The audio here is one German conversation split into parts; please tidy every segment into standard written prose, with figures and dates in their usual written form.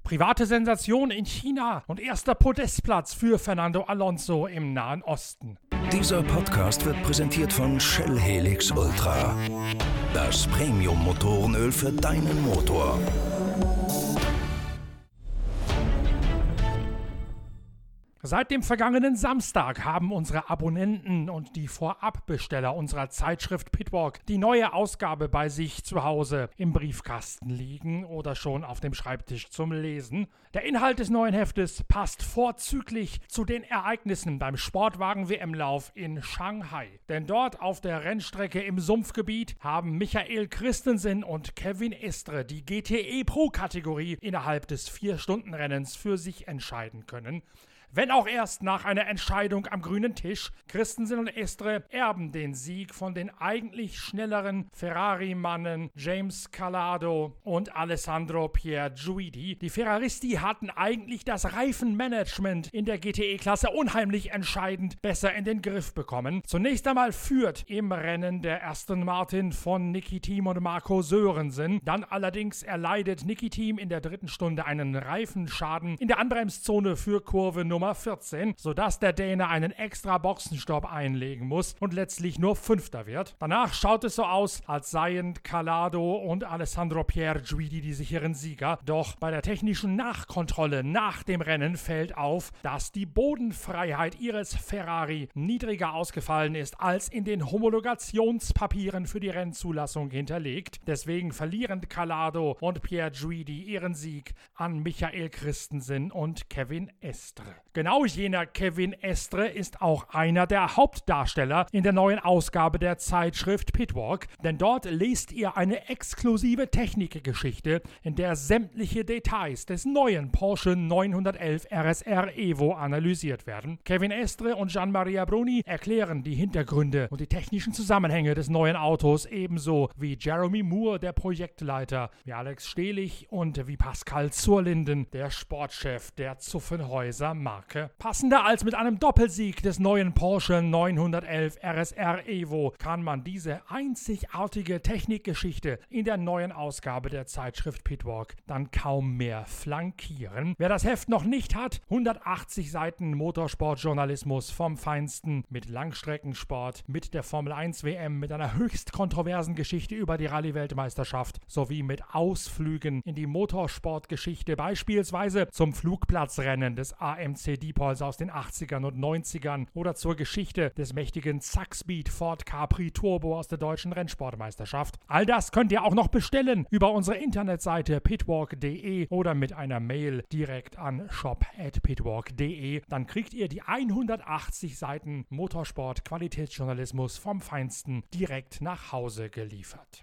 Private Sensation in China und erster Podestplatz für Fernando Alonso im Nahen Osten. Dieser Podcast wird präsentiert von Shell Helix Ultra. Das Premium-Motorenöl für deinen Motor. Seit dem vergangenen Samstag haben unsere Abonnenten und die Vorabbesteller unserer Zeitschrift Pitwalk die neue Ausgabe bei sich zu Hause im Briefkasten liegen oder schon auf dem Schreibtisch zum Lesen. Der Inhalt des neuen Heftes passt vorzüglich zu den Ereignissen beim Sportwagen-WM-Lauf in Shanghai. Denn dort auf der Rennstrecke im Sumpfgebiet haben Michael Christensen und Kevin Estre die GTE Pro-Kategorie innerhalb des 4-Stunden-Rennens für sich entscheiden können. Wenn auch erst nach einer Entscheidung am grünen Tisch. Christensen und Estre erben den Sieg von den eigentlich schnelleren Ferrari-Mannen James Calado und Alessandro Pierguidi. Die Ferraristi hatten eigentlich das Reifenmanagement in der GTE-Klasse unheimlich entscheidend besser in den Griff bekommen. Zunächst einmal führt im Rennen der Aston Martin von Niki Thiem und Marco Sörensen. Dann allerdings erleidet Niki Thiem in der 3. Stunde einen Reifenschaden in der Anbremszone für Kurve Nummer 14, sodass der Däne einen extra Boxenstopp einlegen muss und letztlich nur Fünfter wird. Danach schaut es so aus, als seien Calado und Alessandro Pierguidi die sicheren Sieger. Doch bei der technischen Nachkontrolle nach dem Rennen fällt auf, dass die Bodenfreiheit ihres Ferrari niedriger ausgefallen ist als in den Homologationspapieren für die Rennzulassung hinterlegt. Deswegen verlieren Calado und Pierguidi ihren Sieg an Michael Christensen und Kevin Estre. Genau jener Kevin Estre ist auch einer der Hauptdarsteller in der neuen Ausgabe der Zeitschrift Pitwalk, denn dort lest ihr eine exklusive Technikgeschichte, in der sämtliche Details des neuen Porsche 911 RSR Evo analysiert werden. Kevin Estre und Gian Maria Bruni erklären die Hintergründe und die technischen Zusammenhänge des neuen Autos, ebenso wie Jeremy Moore, der Projektleiter, wie Alex Stehlich und wie Pascal Zurlinden, der Sportchef der Zuffenhäuser Marke. Passender als mit einem Doppelsieg des neuen Porsche 911 RSR Evo kann man diese einzigartige Technikgeschichte in der neuen Ausgabe der Zeitschrift Pitwalk dann kaum mehr flankieren. Wer das Heft noch nicht hat, 180 Seiten Motorsportjournalismus vom Feinsten mit Langstreckensport, mit der Formel 1 WM, mit einer höchst kontroversen Geschichte über die Rallye-Weltmeisterschaft sowie mit Ausflügen in die Motorsportgeschichte, beispielsweise zum Flugplatzrennen des AMC Diepholz aus den 80ern und 90ern oder zur Geschichte des mächtigen Zackspeed Ford Capri Turbo aus der deutschen Rennsportmeisterschaft. All das könnt ihr auch noch bestellen über unsere Internetseite pitwalk.de oder mit einer Mail direkt an shop@pitwalk.de. Dann kriegt ihr die 180 Seiten Motorsport-Qualitätsjournalismus vom Feinsten direkt nach Hause geliefert.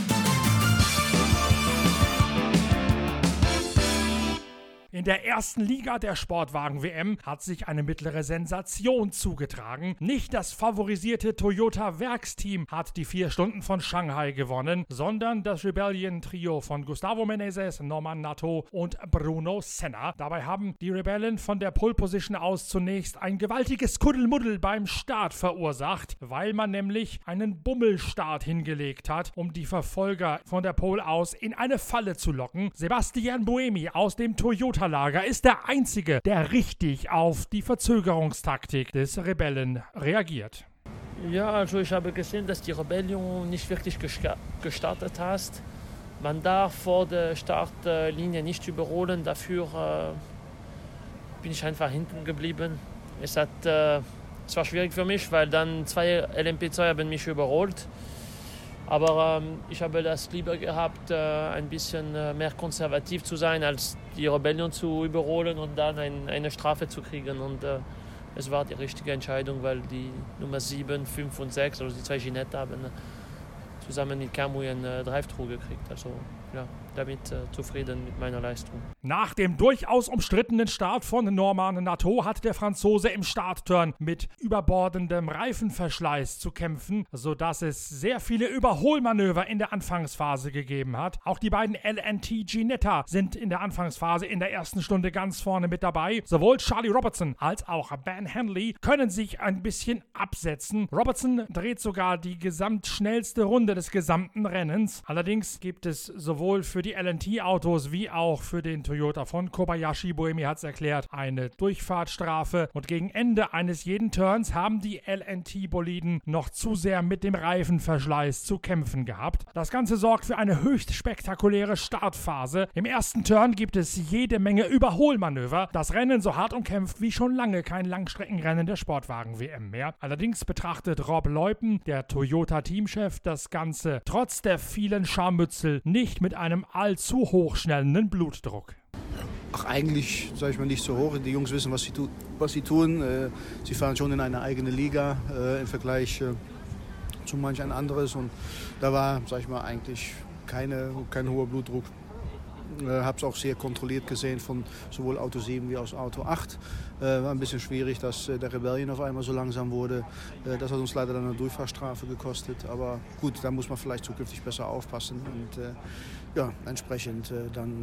In der ersten Liga der Sportwagen-WM hat sich eine mittlere Sensation zugetragen. Nicht das favorisierte Toyota-Werksteam hat die 4 Stunden von Shanghai gewonnen, sondern das Rebellion-Trio von Gustavo Meneses, Norman Nato und Bruno Senna. Dabei haben die Rebellen von der Pole-Position aus zunächst ein gewaltiges Kuddelmuddel beim Start verursacht, weil man nämlich einen Bummelstart hingelegt hat, um die Verfolger von der Pole aus in eine Falle zu locken. Sebastian Buemi aus dem Toyota Lager ist der Einzige, der richtig auf die Verzögerungstaktik des Rebellen reagiert. Ja, also ich habe gesehen, dass die Rebellion nicht wirklich gestartet hat. Man darf vor der Startlinie nicht überholen, dafür bin ich einfach hinten geblieben. Es war schwierig für mich, weil dann 2 LMP2 haben mich überholt. Aber ich habe das lieber gehabt, ein bisschen mehr konservativ zu sein, als die Rebellion zu überholen und dann eine Strafe zu kriegen. Und es war die richtige Entscheidung, weil die Nummer 7, 5 und 6, also die 2 Ginette, haben zusammen mit Kamui einen Drive-Thru gekriegt. Also ja, damit zufrieden mit meiner Leistung. Nach dem durchaus umstrittenen Start von Norman Nato hat der Franzose im Startturn mit überbordendem Reifenverschleiß zu kämpfen, sodass es sehr viele Überholmanöver in der Anfangsphase gegeben hat. Auch die beiden LNT Ginetta sind in der Anfangsphase in der ersten Stunde ganz vorne mit dabei. Sowohl Charlie Robertson als auch Ben Henley können sich ein bisschen absetzen. Robertson dreht sogar die gesamtschnellste Runde des gesamten Rennens. Allerdings gibt es sowohl sowohl für die LNT-Autos wie auch für den Toyota von Kobayashi. Buemi hat es erklärt, eine Durchfahrtsstrafe. Und gegen Ende eines jeden Turns haben die LNT-Boliden noch zu sehr mit dem Reifenverschleiß zu kämpfen gehabt. Das Ganze sorgt für eine höchst spektakuläre Startphase. Im ersten Turn gibt es jede Menge Überholmanöver. Das Rennen so hart umkämpft wie schon lange kein Langstreckenrennen der Sportwagen-WM mehr. Allerdings betrachtet Rob Leupen, der Toyota-Teamchef, das Ganze trotz der vielen Scharmützel nicht mit einem allzu hochschnellenden Blutdruck. Ach, eigentlich, sage ich mal, nicht so hoch. Die Jungs wissen, was sie tun. Sie fahren schon in eine eigene Liga im Vergleich zu manch ein anderes. Und da war, sage ich mal, eigentlich kein hoher Blutdruck. Habe es auch sehr kontrolliert gesehen von sowohl Auto 7 wie aus Auto 8. War ein bisschen schwierig, dass der Rebellion auf einmal so langsam wurde. Das hat uns leider dann eine Durchfahrtsstrafe gekostet. Aber gut, da muss man vielleicht zukünftig besser aufpassen und entsprechend dann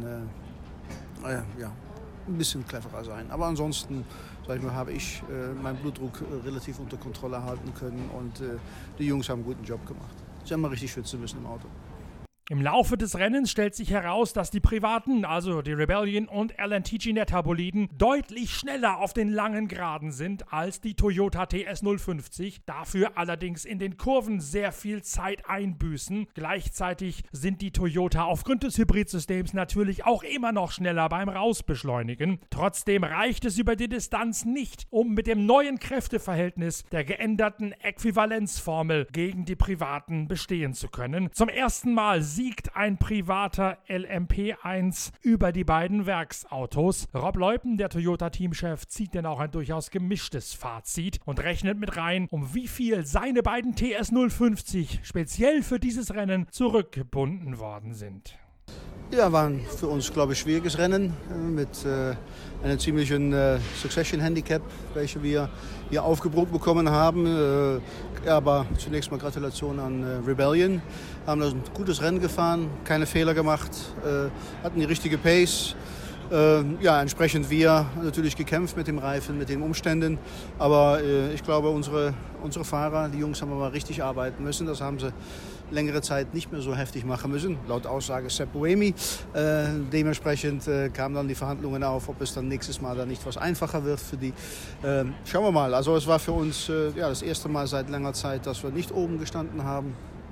ein bisschen cleverer sein. Aber ansonsten, sag ich mal, habe ich meinen Blutdruck relativ unter Kontrolle halten können und die Jungs haben einen guten Job gemacht. Sie haben mal richtig schwitzen müssen im Auto. Im Laufe des Rennens stellt sich heraus, dass die Privaten, also die Rebellion und LNT Ginetta-Boliden, deutlich schneller auf den langen Geraden sind als die Toyota TS050, dafür allerdings in den Kurven sehr viel Zeit einbüßen. Gleichzeitig sind die Toyota aufgrund des Hybridsystems natürlich auch immer noch schneller beim Rausbeschleunigen. Trotzdem reicht es über die Distanz nicht, um mit dem neuen Kräfteverhältnis der geänderten Äquivalenzformel gegen die Privaten bestehen zu können. Zum ersten Mal siegt ein privater LMP1 über die beiden Werksautos. Rob Leupen, der Toyota-Teamchef, zieht denn auch ein durchaus gemischtes Fazit und rechnet mit rein, um wie viel seine beiden TS050 speziell für dieses Rennen zurückgebunden worden sind. Ja, war ein für uns, glaube ich, schwieriges Rennen mit einem ziemlichen Succession-Handicap, welche wir hier aufgebrochen bekommen haben. Aber zunächst mal Gratulation an Rebellion. Haben ein gutes Rennen gefahren, keine Fehler gemacht, hatten die richtige Pace. Entsprechend wir natürlich gekämpft mit dem Reifen, mit den Umständen. Aber ich glaube, unsere Fahrer, die Jungs, haben aber richtig arbeiten müssen. Das haben sie längere Zeit nicht mehr so heftig machen müssen, laut Aussage Sepp Buemi. Dementsprechend kamen dann die Verhandlungen auf, ob es dann nächstes Mal dann nicht was einfacher wird für die. Schauen wir mal. Also es war für uns das erste Mal seit langer Zeit, dass wir nicht oben gestanden haben.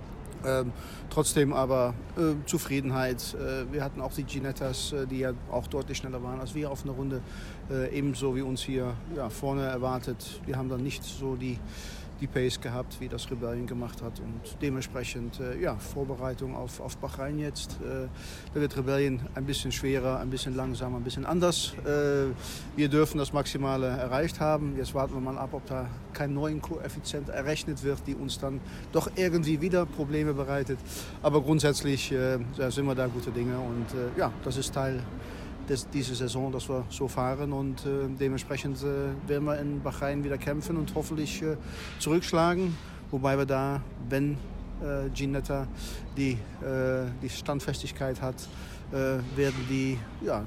Trotzdem aber Zufriedenheit. Wir hatten auch die Ginettas, die ja auch deutlich schneller waren als wir auf einer Runde. Ebenso wie uns hier vorne erwartet. Wir haben dann nicht so die Pace gehabt, wie das Rebellion gemacht hat. Und dementsprechend Vorbereitung auf Bahrain jetzt. Da wird Rebellion ein bisschen schwerer, ein bisschen langsamer, ein bisschen anders. Wir dürfen das Maximale erreicht haben. Jetzt warten wir mal ab, ob da kein neuen Koeffizient errechnet wird, die uns dann doch irgendwie wieder Probleme bereitet. Aber grundsätzlich sind wir da gute Dinge und das ist Teil diese Saison, dass wir so fahren und dementsprechend werden wir in Bahrain wieder kämpfen und hoffentlich zurückschlagen, wobei wir da, wenn Ginetta die Standfestigkeit hat, werden die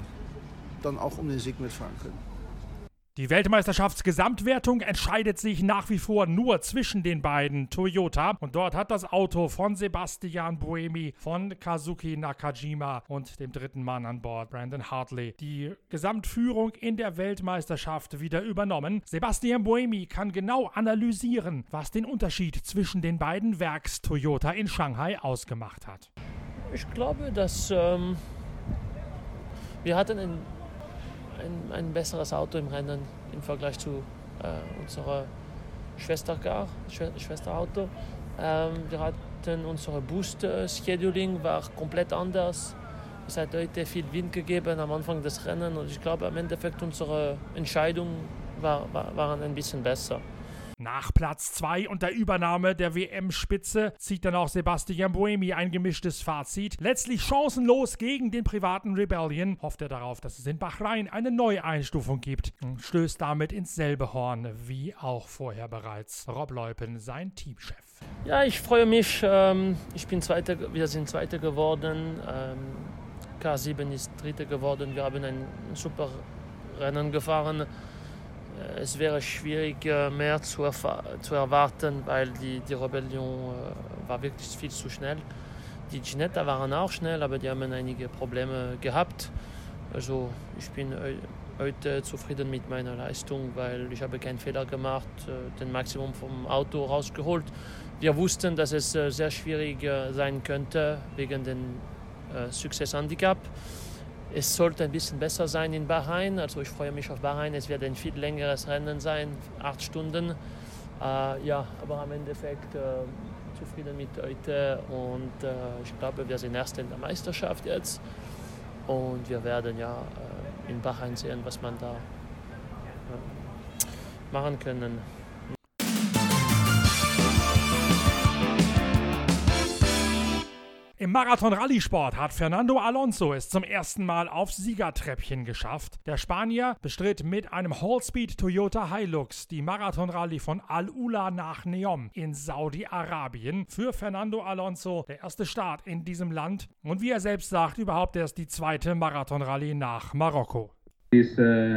dann auch um den Sieg mitfahren können. Die Weltmeisterschaftsgesamtwertung entscheidet sich nach wie vor nur zwischen den beiden Toyota und dort hat das Auto von Sebastian Buemi, von Kazuki Nakajima und dem dritten Mann an Bord, Brandon Hartley, die Gesamtführung in der Weltmeisterschaft wieder übernommen. Sebastian Buemi kann genau analysieren, was den Unterschied zwischen den beiden Werks-Toyota in Shanghai ausgemacht hat. Ich glaube, dass wir hatten ein besseres Auto im Rennen im Vergleich zu unserem Schwesterauto. Wir hatten unser Boost-Scheduling war komplett anders. Es hat heute viel Wind gegeben am Anfang des Rennens und ich glaube, im Endeffekt unsere Entscheidungen waren ein bisschen besser. Nach Platz 2 und der Übernahme der WM-Spitze zieht dann auch Sebastian Buemi ein gemischtes Fazit. Letztlich chancenlos gegen den privaten Rebellion. Hofft er darauf, dass es in Bahrain eine neue Einstufung gibt und stößt damit ins selbe Horn, wie auch vorher bereits Rob Leupen, sein Teamchef. Ja, ich freue mich. Wir sind Zweiter geworden. K7 ist Dritter geworden. Wir haben ein super Rennen gefahren. Es wäre schwierig, mehr zu erwarten, weil die Rebellion war wirklich viel zu schnell. Die Ginetta waren auch schnell, aber die haben einige Probleme gehabt. Also ich bin heute zufrieden mit meiner Leistung, weil ich habe keinen Fehler gemacht, den Maximum vom Auto rausgeholt. Wir wussten, dass es sehr schwierig sein könnte wegen dem Success-Handicap. Es sollte ein bisschen besser sein in Bahrain, also ich freue mich auf Bahrain. Es wird ein viel längeres Rennen sein, 8 Stunden. Ja, aber am Endeffekt zufrieden mit heute und ich glaube, wir sind Erster in der Meisterschaft jetzt und wir werden ja in Bahrain sehen, was man da machen können. Im Marathon-Rallye-Sport hat Fernando Alonso es zum ersten Mal aufs Siegertreppchen geschafft. Der Spanier bestritt mit einem Hallspeed Toyota Hilux die Marathon-Rallye von Al-Ula nach Neom in Saudi-Arabien. Für Fernando Alonso der erste Start in diesem Land und wie er selbst sagt, überhaupt erst die zweite Marathon-Rallye nach Marokko. This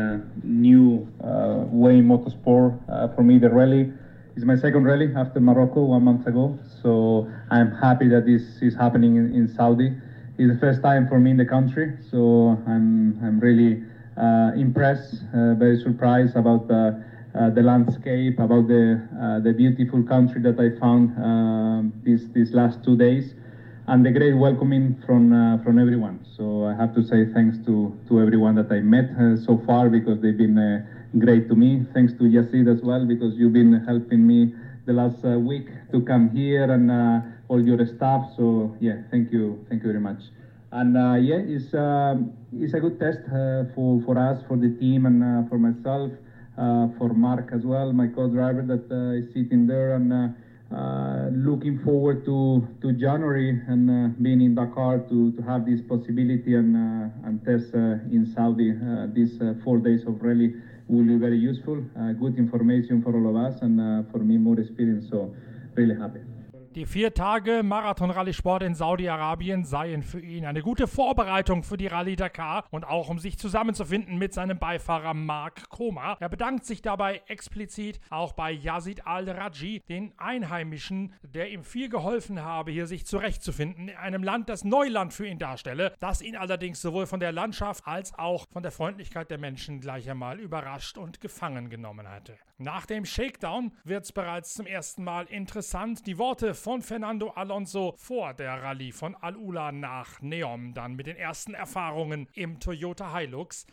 new way motorsport for me, the rally. It's my second rally after Morocco 1 month ago, so I'm happy that this is happening in Saudi. It's the first time for me in the country, so I'm really impressed, very surprised about the landscape, about the beautiful country that I found these last 2 days, and the great welcoming from everyone. So I have to say thanks to everyone that I met so far, because they've been great to me. Thanks to Yazid as well, because you've been helping me the last week to come here and all your staff. So yeah, thank you very much. And yeah, it's a good test for us, for the team, and for myself, for Mark as well, my co-driver that is sitting there, and looking forward to January and being in Dakar to have this possibility and test in Saudi. These 4 days of rally will be very useful, good information for all of us, and for me more experience, so really happy. Die 4 Tage Marathon-Rallye-Sport in Saudi-Arabien seien für ihn eine gute Vorbereitung für die Rallye Dakar und auch um sich zusammenzufinden mit seinem Beifahrer Mark Koma. Er bedankt sich dabei explizit auch bei Yazid Al-Rajhi, den Einheimischen, der ihm viel geholfen habe, hier sich zurechtzufinden in einem Land, das Neuland für ihn darstelle, das ihn allerdings sowohl von der Landschaft als auch von der Freundlichkeit der Menschen gleich einmal überrascht und gefangen genommen hatte. Nach dem Shakedown wird es bereits zum ersten Mal interessant. Die Worte von Fernando Alonso vor der Rallye von Al-Ula nach Neom, dann mit den ersten Erfahrungen im Toyota Hilux.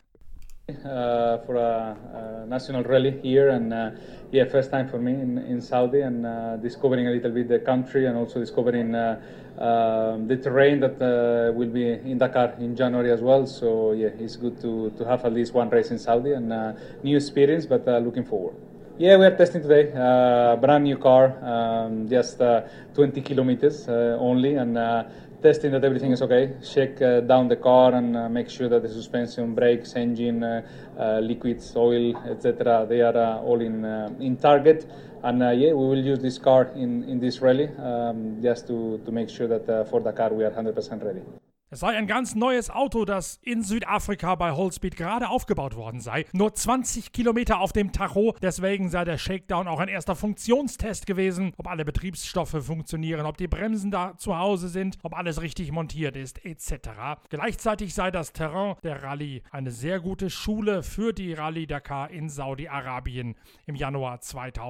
For a national rally here, and yeah, first time for me in Saudi, and discovering a little bit the country, and also discovering the terrain that will be in Dakar in January as well. So yeah, it's good to have at least one race in Saudi, and new experience, but looking forward. Yeah, we are testing today, brand new car, just 20 kilometers only, and testing that everything is okay. Shake down the car and make sure that the suspension, brakes, engine, liquids, oil, etc. They are all in target. And yeah, we will use this car in this rally just to make sure that for Dakar we are 100% ready. Es sei ein ganz neues Auto, das in Südafrika bei Hallspeed gerade aufgebaut worden sei. Nur 20 Kilometer auf dem Tacho, deswegen sei der Shakedown auch ein erster Funktionstest gewesen, ob alle Betriebsstoffe funktionieren, ob die Bremsen da zu Hause sind, ob alles richtig montiert ist, etc. Gleichzeitig sei das Terrain der Rallye eine sehr gute Schule für die Rallye Dakar in Saudi-Arabien im Januar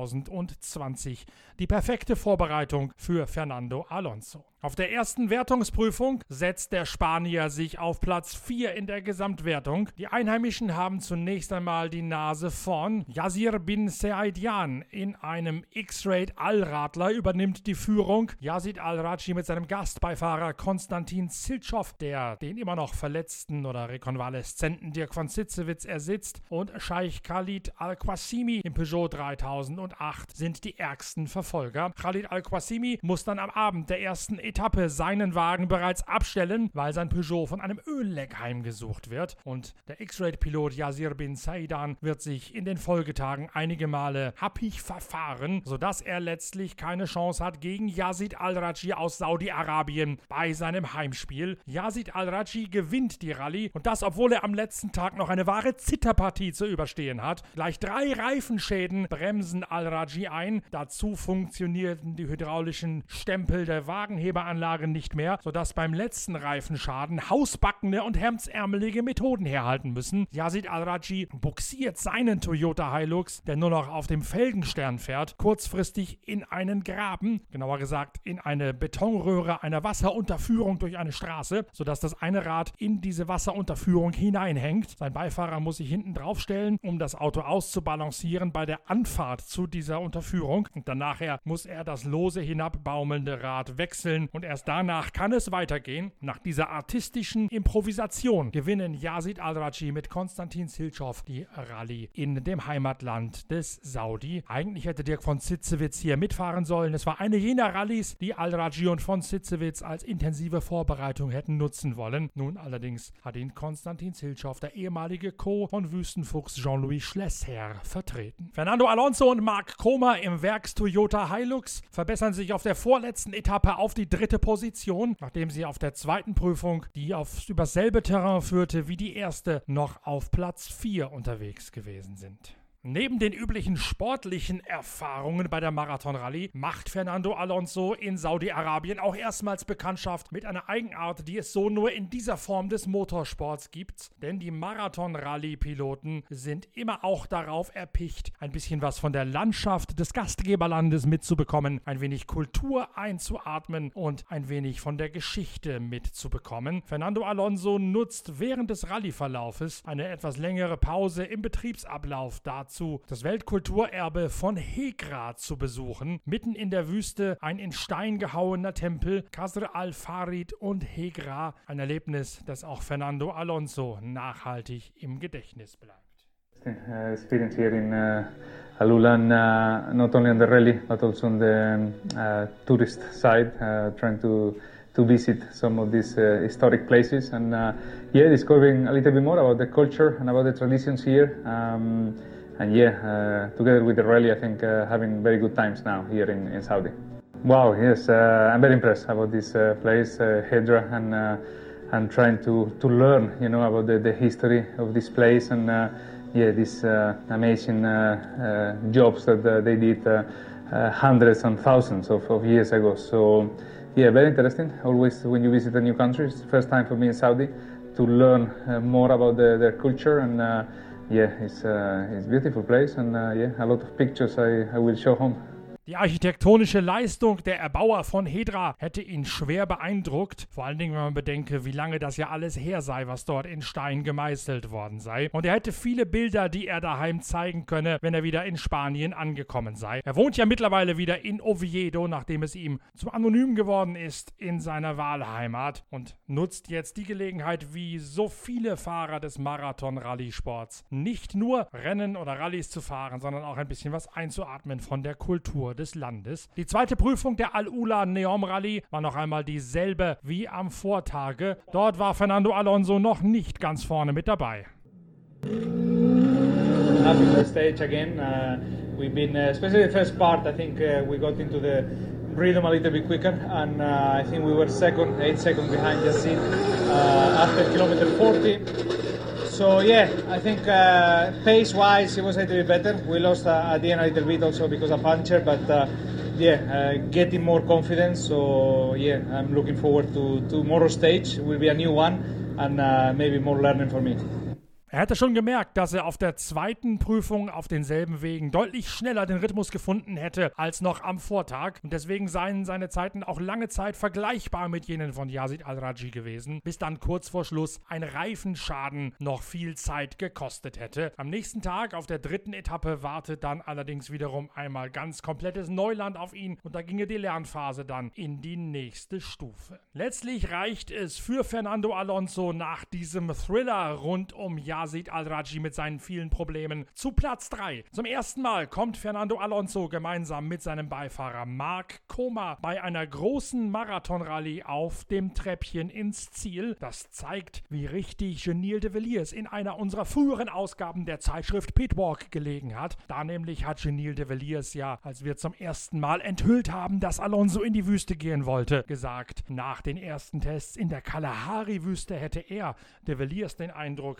2020. Die perfekte Vorbereitung für Fernando Alonso. Auf der ersten Wertungsprüfung setzt der Spanier sich auf Platz 4 in der Gesamtwertung. Die Einheimischen haben zunächst einmal die Nase vorn. Yasir bin Saidyan in einem X-Raid Allradler übernimmt die Führung. Yazid Al-Rajhi mit seinem Gastbeifahrer Konstantin Silchow, der den immer noch verletzten oder rekonvaleszenten Dirk von Zitzewitz ersitzt, und Scheich Khalid Al-Qasimi im Peugeot 3008 sind die ärgsten Verfolger. Khalid Al-Qasimi muss dann am Abend der ersten Etappe seinen Wagen bereits abstellen, weil sein Peugeot von einem Ölleck heimgesucht wird. Und der X-Raid-Pilot Yasir bin Saidyan wird sich in den Folgetagen einige Male happig verfahren, sodass er letztlich keine Chance hat gegen Yazid Al-Rajhi aus Saudi-Arabien bei seinem Heimspiel. Yazid Al-Rajhi gewinnt die Rallye und das, obwohl er am letzten Tag noch eine wahre Zitterpartie zu überstehen hat. Gleich 3 Reifenschäden bremsen Al-Rajhi ein. Dazu funktionierten die hydraulischen Stempel der Wagenheber Klimaanlage nicht mehr, sodass beim letzten Reifenschaden hausbackene und hemdsärmelige Methoden herhalten müssen. Yazid Al-Rajhi buxiert seinen Toyota Hilux, der nur noch auf dem Felgenstern fährt, kurzfristig in einen Graben, genauer gesagt in eine Betonröhre einer Wasserunterführung durch eine Straße, sodass das eine Rad in diese Wasserunterführung hineinhängt. Sein Beifahrer muss sich hinten draufstellen, um das Auto auszubalancieren bei der Anfahrt zu dieser Unterführung. Und dann nachher muss er das lose hinabbaumelnde Rad wechseln und erst danach kann es weitergehen. Nach dieser artistischen Improvisation gewinnen Yazid Al-Rajhi mit Konstantin Silchow die Rallye in dem Heimatland des Saudi. Eigentlich hätte Dirk von Zitzewitz hier mitfahren sollen. Es war eine jener Rallyes, die Al-Rajhi und von Zitzewitz als intensive Vorbereitung hätten nutzen wollen. Nun allerdings hat ihn Konstantin Silchow, der ehemalige Co. von Wüstenfuchs Jean-Louis Schlesser, vertreten. Fernando Alonso und Marc Koma im Werks-Toyota Hilux verbessern sich auf der vorletzten Etappe auf die 3. Position, nachdem sie auf der 2. Prüfung, die übers selbe Terrain führte wie die erste, noch auf Platz 4 unterwegs gewesen sind. Neben den üblichen sportlichen Erfahrungen bei der Marathon-Rallye macht Fernando Alonso in Saudi-Arabien auch erstmals Bekanntschaft mit einer Eigenart, die es so nur in dieser Form des Motorsports gibt. Denn die Marathon-Rallye-Piloten sind immer auch darauf erpicht, ein bisschen was von der Landschaft des Gastgeberlandes mitzubekommen, ein wenig Kultur einzuatmen und ein wenig von der Geschichte mitzubekommen. Fernando Alonso nutzt während des Rallye-Verlaufes eine etwas längere Pause im Betriebsablauf dazu, das Weltkulturerbe von Hegra zu besuchen. Mitten in der Wüste ein in Stein gehauener Tempel, Qasr al-Farid und Hegra. Ein Erlebnis, das auch Fernando Alonso nachhaltig im Gedächtnis bleibt. Experience here in Al Ula, not only on the rally but also on the tourist side, trying to visit some of these historic places and discovering a little bit more about the culture and about the traditions here. Together with the rally, I think having very good times now here in Saudi. Wow, yes, I'm very impressed about this place, Hedra, and trying to learn, about the history of this place and these amazing jobs that they did hundreds and thousands of years ago. So, very interesting. Always when you visit a new country, it's the first time for me in Saudi to learn more about their culture and. It's a beautiful place and a lot of pictures I will show home. Die architektonische Leistung der Erbauer von Hedra hätte ihn schwer beeindruckt, vor allen Dingen, wenn man bedenke, wie lange das ja alles her sei, was dort in Stein gemeißelt worden sei. Und er hätte viele Bilder, die er daheim zeigen könne, wenn er wieder in Spanien angekommen sei. Er wohnt ja mittlerweile wieder in Oviedo, nachdem es ihm zu anonym geworden ist in seiner Wahlheimat und nutzt jetzt die Gelegenheit, wie so viele Fahrer des Marathon-Rallye-Sports, nicht nur Rennen oder Rallyes zu fahren, sondern auch ein bisschen was einzuatmen von der Kultur des Landes. Die 2. Prüfung der Al Ula Neom Rallye war noch einmal dieselbe wie am Vortage. Dort war Fernando Alonso noch nicht ganz vorne mit dabei. Happy with the stage again. We've been, especially the first part, I think we got into the rhythm a little bit quicker and I think we were 8 seconds behind Yazid after kilometer 40. So I think pace-wise it was a little bit better. We lost at the end a little bit also because of puncture, but getting more confidence. So I'm looking forward to tomorrow's stage. It will be a new one and maybe more learning for me. Er hätte schon gemerkt, dass er auf der 2. Prüfung auf denselben Wegen deutlich schneller den Rhythmus gefunden hätte als noch am Vortag. Und deswegen seien seine Zeiten auch lange Zeit vergleichbar mit jenen von Yazid Al-Rajhi gewesen, bis dann kurz vor Schluss ein Reifenschaden noch viel Zeit gekostet hätte. Am nächsten Tag auf der 3. Etappe wartet dann allerdings wiederum einmal ganz komplettes Neuland auf ihn und da ginge die Lernphase dann in die nächste Stufe. Letztlich reicht es für Fernando Alonso nach diesem Thriller rund um Yazid Al-Rajhi mit seinen vielen Problemen zu Platz 3. Zum ersten Mal kommt Fernando Alonso gemeinsam mit seinem Beifahrer Marc Koma bei einer großen Marathon-Rallye auf dem Treppchen ins Ziel. Das zeigt, wie richtig Genil de Villiers in einer unserer früheren Ausgaben der Zeitschrift Pitwalk gelegen hat. Da nämlich hat Genil de Villiers ja, als wir zum ersten Mal enthüllt haben, dass Alonso in die Wüste gehen wollte, gesagt, nach den ersten Tests in der Kalahari-Wüste hätte er, de Villiers, den Eindruck, Alonso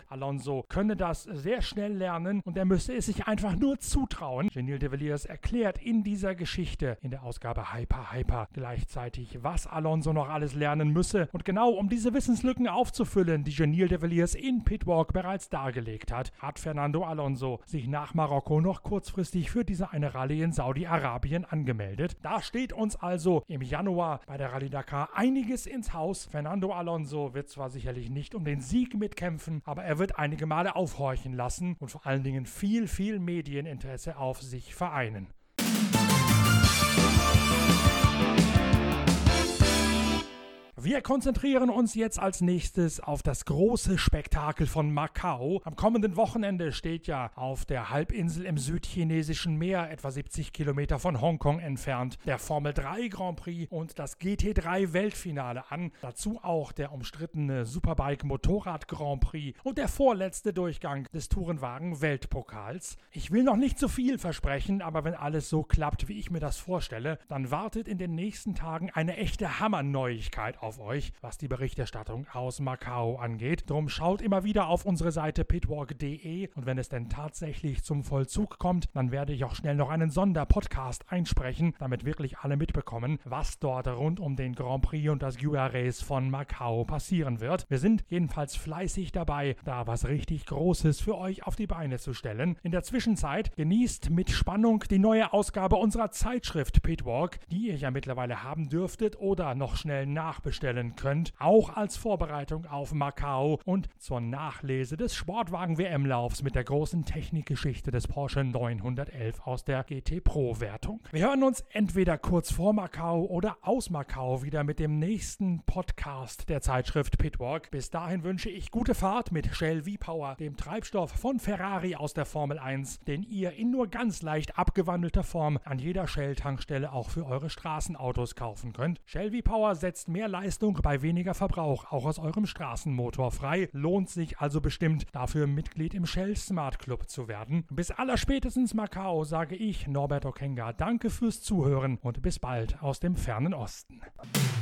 Alonso könne das sehr schnell lernen und er müsse es sich einfach nur zutrauen. Gilles de Villiers erklärt in dieser Geschichte, in der Ausgabe Hyper, gleichzeitig, was Alonso noch alles lernen müsse. Und genau um diese Wissenslücken aufzufüllen, die Gilles de Villiers in Pitwalk bereits dargelegt hat Fernando Alonso sich nach Marokko noch kurzfristig für diese eine Rallye in Saudi-Arabien angemeldet. Da steht uns also im Januar bei der Rallye Dakar einiges ins Haus. Fernando Alonso wird zwar sicherlich nicht um den Sieg mitkämpfen, aber er wird einige Male aufhorchen lassen und vor allen Dingen viel Medieninteresse auf sich vereinen. Wir konzentrieren uns jetzt als nächstes auf das große Spektakel von Macau. Am kommenden Wochenende steht ja auf der Halbinsel im südchinesischen Meer, etwa 70 Kilometer von Hongkong entfernt, der Formel 3 Grand Prix und das GT3 Weltfinale an. Dazu auch der umstrittene Superbike Motorrad Grand Prix und der vorletzte Durchgang des Tourenwagen Weltpokals. Ich will noch nicht so viel versprechen, aber wenn alles so klappt, wie ich mir das vorstelle, dann wartet in den nächsten Tagen eine echte Hammerneuigkeit auf euch, was die Berichterstattung aus Macau angeht. Drum schaut immer wieder auf unsere Seite pitwalk.de und wenn es denn tatsächlich zum Vollzug kommt, dann werde ich auch schnell noch einen Sonderpodcast einsprechen, damit wirklich alle mitbekommen, was dort rund um den Grand Prix und das UR Race von Macau passieren wird. Wir sind jedenfalls fleißig dabei, da was richtig Großes für euch auf die Beine zu stellen. In der Zwischenzeit genießt mit Spannung die neue Ausgabe unserer Zeitschrift Pitwalk, die ihr ja mittlerweile haben dürftet oder noch schnell nachbestellen könnt, auch als Vorbereitung auf Macau und zur Nachlese des Sportwagen-WM-Laufs mit der großen Technikgeschichte des Porsche 911 aus der GT Pro-Wertung. Wir hören uns entweder kurz vor Macau oder aus Macau wieder mit dem nächsten Podcast der Zeitschrift Pitwalk. Bis dahin wünsche ich gute Fahrt mit Shell V-Power, dem Treibstoff von Ferrari aus der Formel 1, den ihr in nur ganz leicht abgewandelter Form an jeder Shell-Tankstelle auch für eure Straßenautos kaufen könnt. Shell V-Power setzt mehr Leistung bei weniger Verbrauch auch aus eurem Straßenmotor frei. Lohnt sich also bestimmt, dafür Mitglied im Shell Smart Club zu werden. Bis allerspätestens Macau sage ich, Norbert Okenga, danke fürs Zuhören und bis bald aus dem fernen Osten.